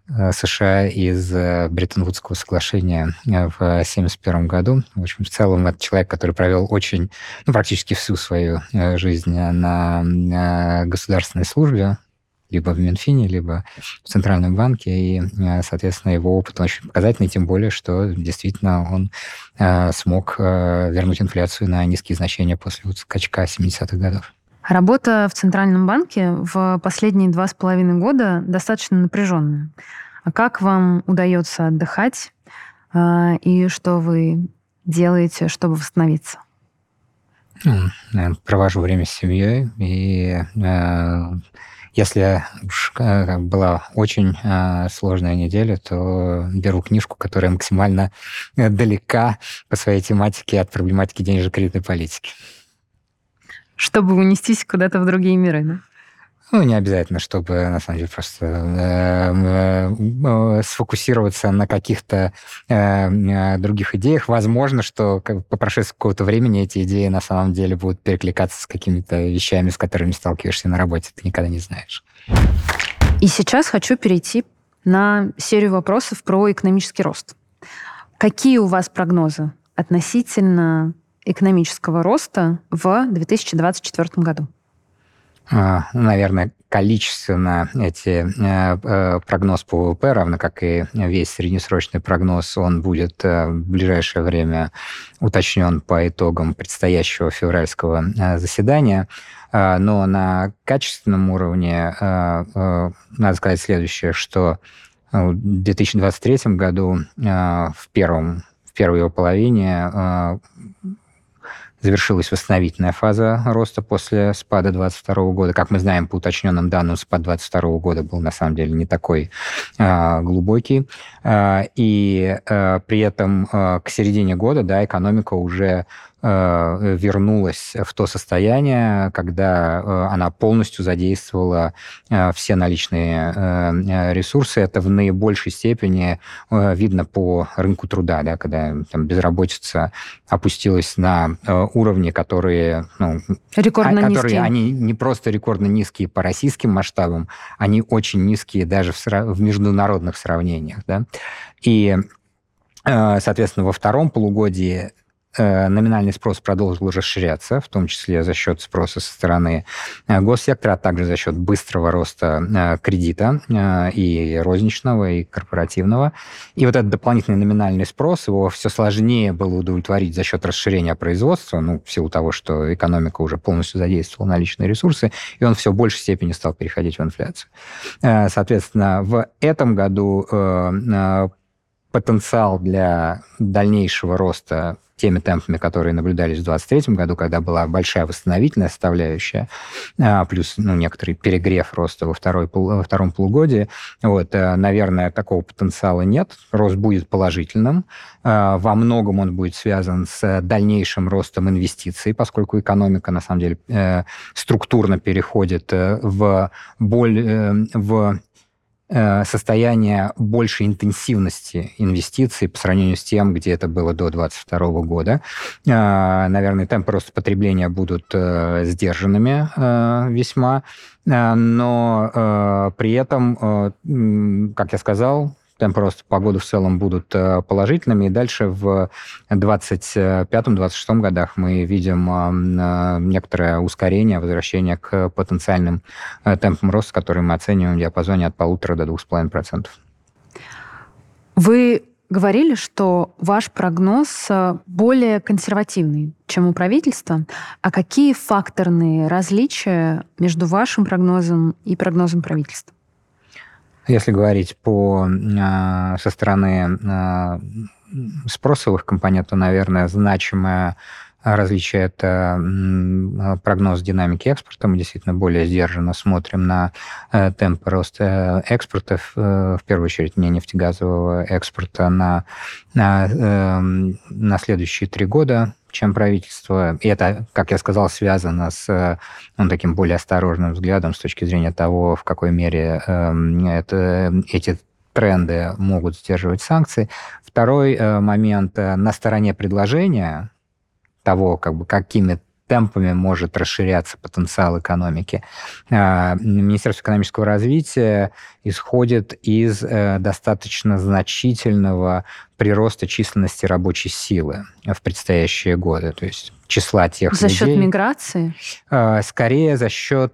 США из Бреттон-Вудского соглашения в 1971 году. В общем, в целом, это человек, который провел практически всю свою жизнь на государственной службе, либо в Минфине, либо в Центральном банке, и, соответственно, его опыт очень показательный, тем более, что действительно он смог вернуть инфляцию на низкие значения после скачка 70-х годов. Работа в Центральном банке в последние 2,5 года достаточно напряженная. А как вам удается отдыхать и что вы делаете, чтобы восстановиться? Провожу время с семьей, и если уж была очень сложная неделя, то беру книжку, которая максимально далека по своей тематике от проблематики денежно-кредитной политики. Чтобы унестись куда-то в другие миры, да? Не обязательно, чтобы, на самом деле, просто сфокусироваться на каких-то других идеях. Возможно, что по прошествии какого-то времени эти идеи на самом деле будут перекликаться с какими-то вещами, с которыми сталкиваешься на работе. Ты никогда не знаешь. И сейчас хочу перейти на серию вопросов про экономический рост. Какие у вас прогнозы относительно экономического роста в 2024 году? Наверное, количественно прогноз по ВВП, равно как и весь среднесрочный прогноз, он будет в ближайшее время уточнен по итогам предстоящего февральского заседания. Но на качественном уровне надо сказать следующее, что в 2023 году в первой его половине завершилась восстановительная фаза роста после спада 2022 года. Как мы знаем, по уточненным данным, спад 2022 года был на самом деле не такой глубокий. И при этом к середине года экономика уже вернулась в то состояние, когда она полностью задействовала все наличные ресурсы. Это в наибольшей степени видно по рынку труда, когда безработица опустилась на уровни, которые они не просто рекордно низкие по российским масштабам, они очень низкие даже в международных сравнениях. Да? И, соответственно, во втором полугодии номинальный спрос продолжил расширяться, в том числе за счет спроса со стороны госсектора, а также за счет быстрого роста кредита и розничного, и корпоративного. И вот этот дополнительный номинальный спрос, его все сложнее было удовлетворить за счет расширения производства, в силу того, что экономика уже полностью задействовала наличные ресурсы, и он все в большей степени стал переходить в инфляцию. Соответственно, в этом году потенциал для дальнейшего роста теми темпами, которые наблюдались в 2023 году, когда была большая восстановительная составляющая, плюс некоторый перегрев роста во втором полугодии, наверное, такого потенциала нет. Рост будет положительным. Во многом он будет связан с дальнейшим ростом инвестиций, поскольку экономика, на самом деле, структурно переходит в состояние большей интенсивности инвестиций по сравнению с тем, где это было до 2022 года. Наверное, темпы роста потребления будут сдержанными весьма, но при этом, как я сказал, темпы роста по году в целом будут положительными, и дальше в 2025-2026 годах мы видим некоторое ускорение, возвращение к потенциальным темпам роста, которые мы оцениваем в диапазоне от 1,5 до 2,5%. Вы говорили, что ваш прогноз более консервативный, чем у правительства. А какие факторные различия между вашим прогнозом и прогнозом правительства? Если говорить со стороны спросовых компонентов, то, наверное, значимое различие – это прогноз динамики экспорта. Мы действительно более сдержанно смотрим на темпы роста экспортов, в первую очередь не нефтегазового экспорта, на следующие 3 года, чем правительство. И это, как я сказал, связано с таким более осторожным взглядом с точки зрения того, в какой мере эти тренды могут сдерживать санкции. Второй момент на стороне предложения, того, какими темпами может расширяться потенциал экономики. Министерство экономического развития исходит из достаточно значительного прироста численности рабочей силы в предстоящие годы, то есть числа тех людей. За счет миграции? Скорее за счет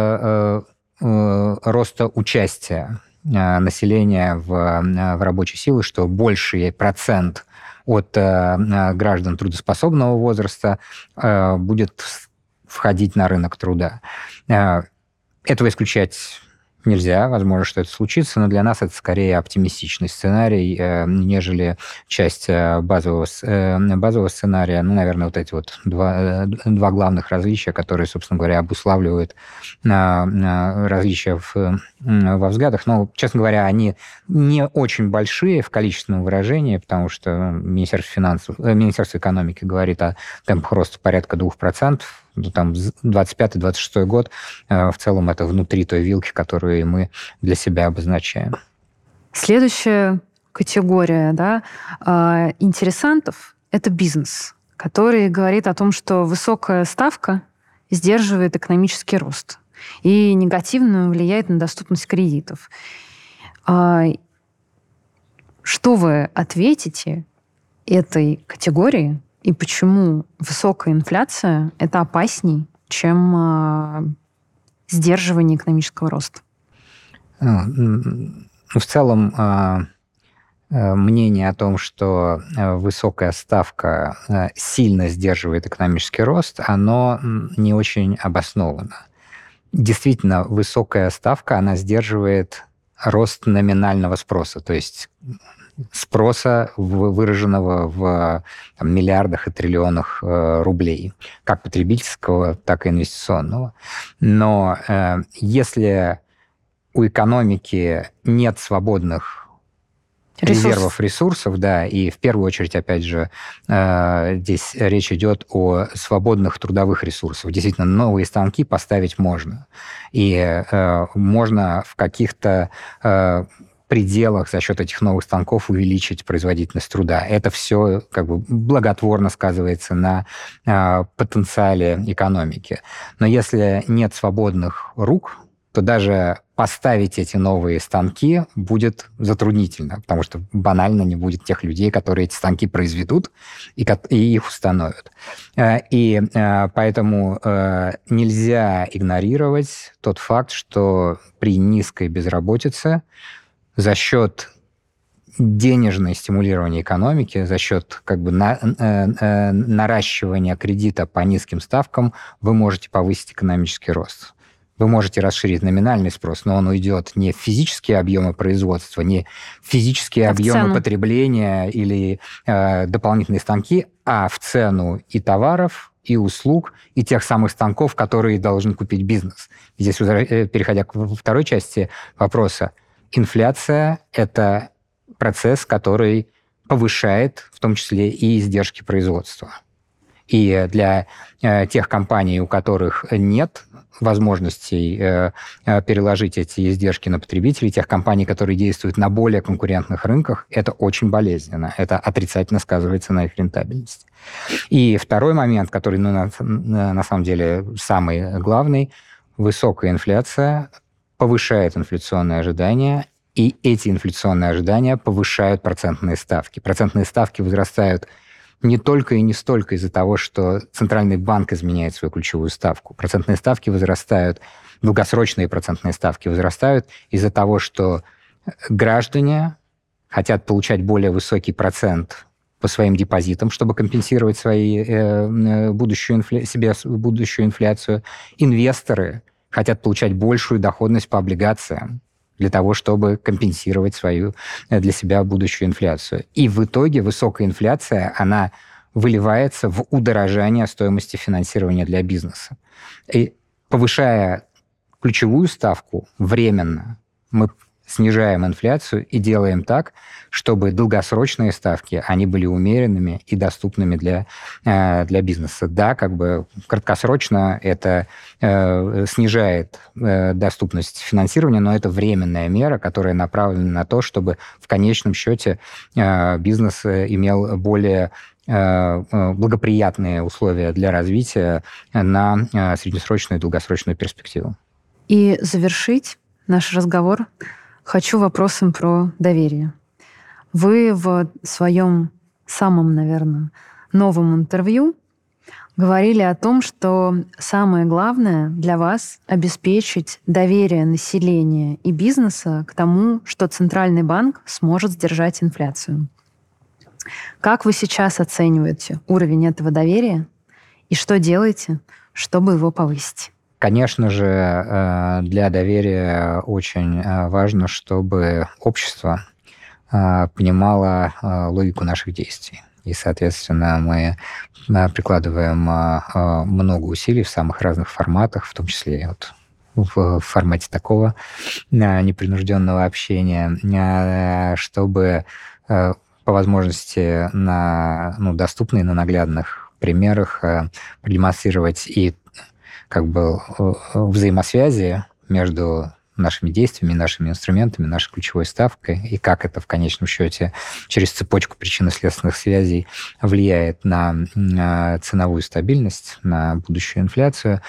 роста участия населения в рабочей силе, что больший процент от граждан трудоспособного возраста будет входить на рынок труда. Этого исключать нельзя, возможно, что это случится, но для нас это скорее оптимистичный сценарий, нежели часть базового сценария. Ну, наверное, вот эти вот два главных различия, которые, собственно говоря, обуславливают различия во взглядах. Но, честно говоря, они не очень большие в количественном выражении, потому что Министерство экономики говорит о темпах роста порядка 2%. Там 25-26 год, в целом это внутри той вилки, которую мы для себя обозначаем. Следующая категория, интересантов – это бизнес, который говорит о том, что высокая ставка сдерживает экономический рост и негативно влияет на доступность кредитов. Что вы ответите этой категории? И почему высокая инфляция – это опасней, чем сдерживание экономического роста? В целом, мнение о том, что высокая ставка сильно сдерживает экономический рост, оно не очень обосновано. Действительно, высокая ставка, она сдерживает рост номинального спроса, то есть спроса, выраженного в миллиардах и триллионах рублей, как потребительского, так и инвестиционного. Но если у экономики нет свободных резервов ресурсов, и в первую очередь, опять же, здесь речь идет о свободных трудовых ресурсах. Действительно, новые станки поставить можно. И можно в каких-то пределах за счет этих новых станков увеличить производительность труда. Это все благотворно сказывается на потенциале экономики. Но если нет свободных рук, то даже поставить эти новые станки будет затруднительно, потому что банально не будет тех людей, которые эти станки произведут и их установят. И поэтому нельзя игнорировать тот факт, что при низкой безработице за счет денежного стимулирования экономики, за счет наращивания кредита по низким ставкам вы можете повысить экономический рост. Вы можете расширить номинальный спрос, но он уйдет не в физические объемы производства, не в физические объемы потребления или дополнительные станки, а в цену и товаров, и услуг, и тех самых станков, которые должен купить бизнес. Здесь, переходя к второй части вопроса, инфляция – это процесс, который повышает в том числе и издержки производства. И для тех компаний, у которых нет возможностей переложить эти издержки на потребителей, тех компаний, которые действуют на более конкурентных рынках, это очень болезненно. Это отрицательно сказывается на их рентабельности. И второй момент, который на самом деле самый главный, высокая инфляция повышает инфляционные ожидания, и эти инфляционные ожидания повышают процентные ставки. Процентные ставки возрастают не только и не столько из-за того, что Центральный банк изменяет свою ключевую ставку. Процентные ставки возрастают, долгосрочные процентные ставки возрастают из-за того, что граждане хотят получать более высокий процент по своим депозитам, чтобы компенсировать будущую инфляцию. Инвесторы хотят получать большую доходность по облигациям для того, чтобы компенсировать для себя будущую инфляцию. И в итоге высокая инфляция, она выливается в удорожание стоимости финансирования для бизнеса. И повышая ключевую ставку временно, мы снижаем инфляцию и делаем так, чтобы долгосрочные ставки, они были умеренными и доступными для бизнеса. Да, краткосрочно это снижает доступность финансирования, но это временная мера, которая направлена на то, чтобы в конечном счете бизнес имел более благоприятные условия для развития на среднесрочную и долгосрочную перспективу. И завершить наш разговор хочу вопросом про доверие. Вы в своем самом, наверное, новом интервью говорили о том, что самое главное для вас — обеспечить доверие населения и бизнеса к тому, что Центральный банк сможет сдержать инфляцию. Как вы сейчас оцениваете уровень этого доверия и что делаете, чтобы его повысить? Конечно же, для доверия очень важно, чтобы общество понимало логику наших действий. И, соответственно, мы прикладываем много усилий в самых разных форматах, в том числе и вот в формате такого непринужденного общения, чтобы по возможности на доступных, на наглядных примерах продемонстрировать и взаимосвязи между нашими действиями, нашими инструментами, нашей ключевой ставкой, и как это в конечном счете через цепочку причинно-следственных связей влияет на ценовую стабильность, на будущую инфляцию.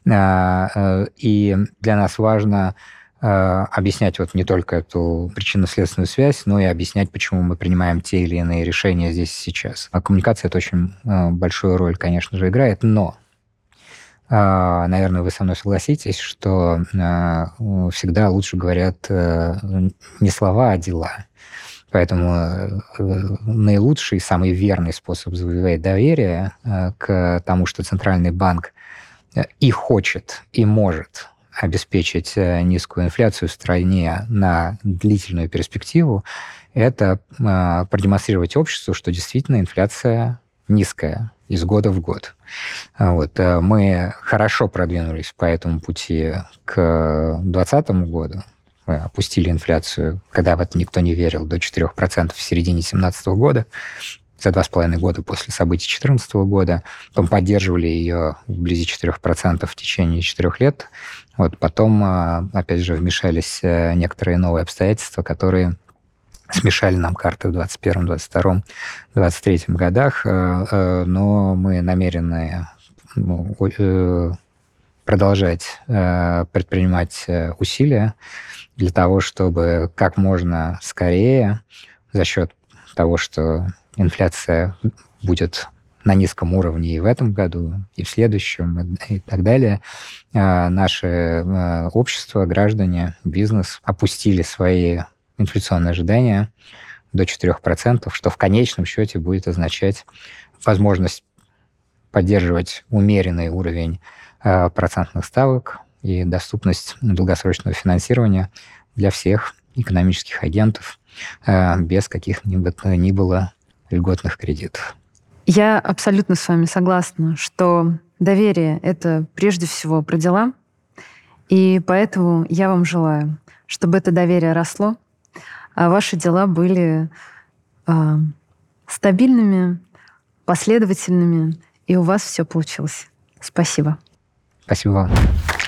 И для нас важно объяснять не только эту причинно-следственную связь, но и объяснять, почему мы принимаем те или иные решения здесь и сейчас. А коммуникация это очень большую роль, конечно же, играет, но наверное, вы со мной согласитесь, что всегда лучше говорят не слова, а дела. Поэтому наилучший и самый верный способ завоевать доверие к тому, что Центральный банк и хочет, и может обеспечить низкую инфляцию в стране на длительную перспективу, это продемонстрировать обществу, что действительно инфляция низкая из года в год. Мы хорошо продвинулись по этому пути к 2020 году. Мы опустили инфляцию, когда в это никто не верил, до 4% в середине 2017 года, за 2,5 года после событий 2014 года. Потом поддерживали ее вблизи 4% в течение 4 лет. Потом, опять же, вмешались некоторые новые обстоятельства, которые смешали нам карты в 2021, 2022, 2023 годах, но мы намерены продолжать предпринимать усилия для того, чтобы как можно скорее за счет того, что инфляция будет на низком уровне и в этом году, и в следующем, и так далее, наше общество, граждане, бизнес опустили свои инфляционные ожидания до 4%, что в конечном счете будет означать возможность поддерживать умеренный уровень процентных ставок и доступность долгосрочного финансирования для всех экономических агентов без каких-нибудь ни было льготных кредитов. Я абсолютно с вами согласна, что доверие — это прежде всего про дела, и поэтому я вам желаю, чтобы это доверие росло, а ваши дела были стабильными, последовательными, и у вас все получилось. Спасибо. Спасибо вам.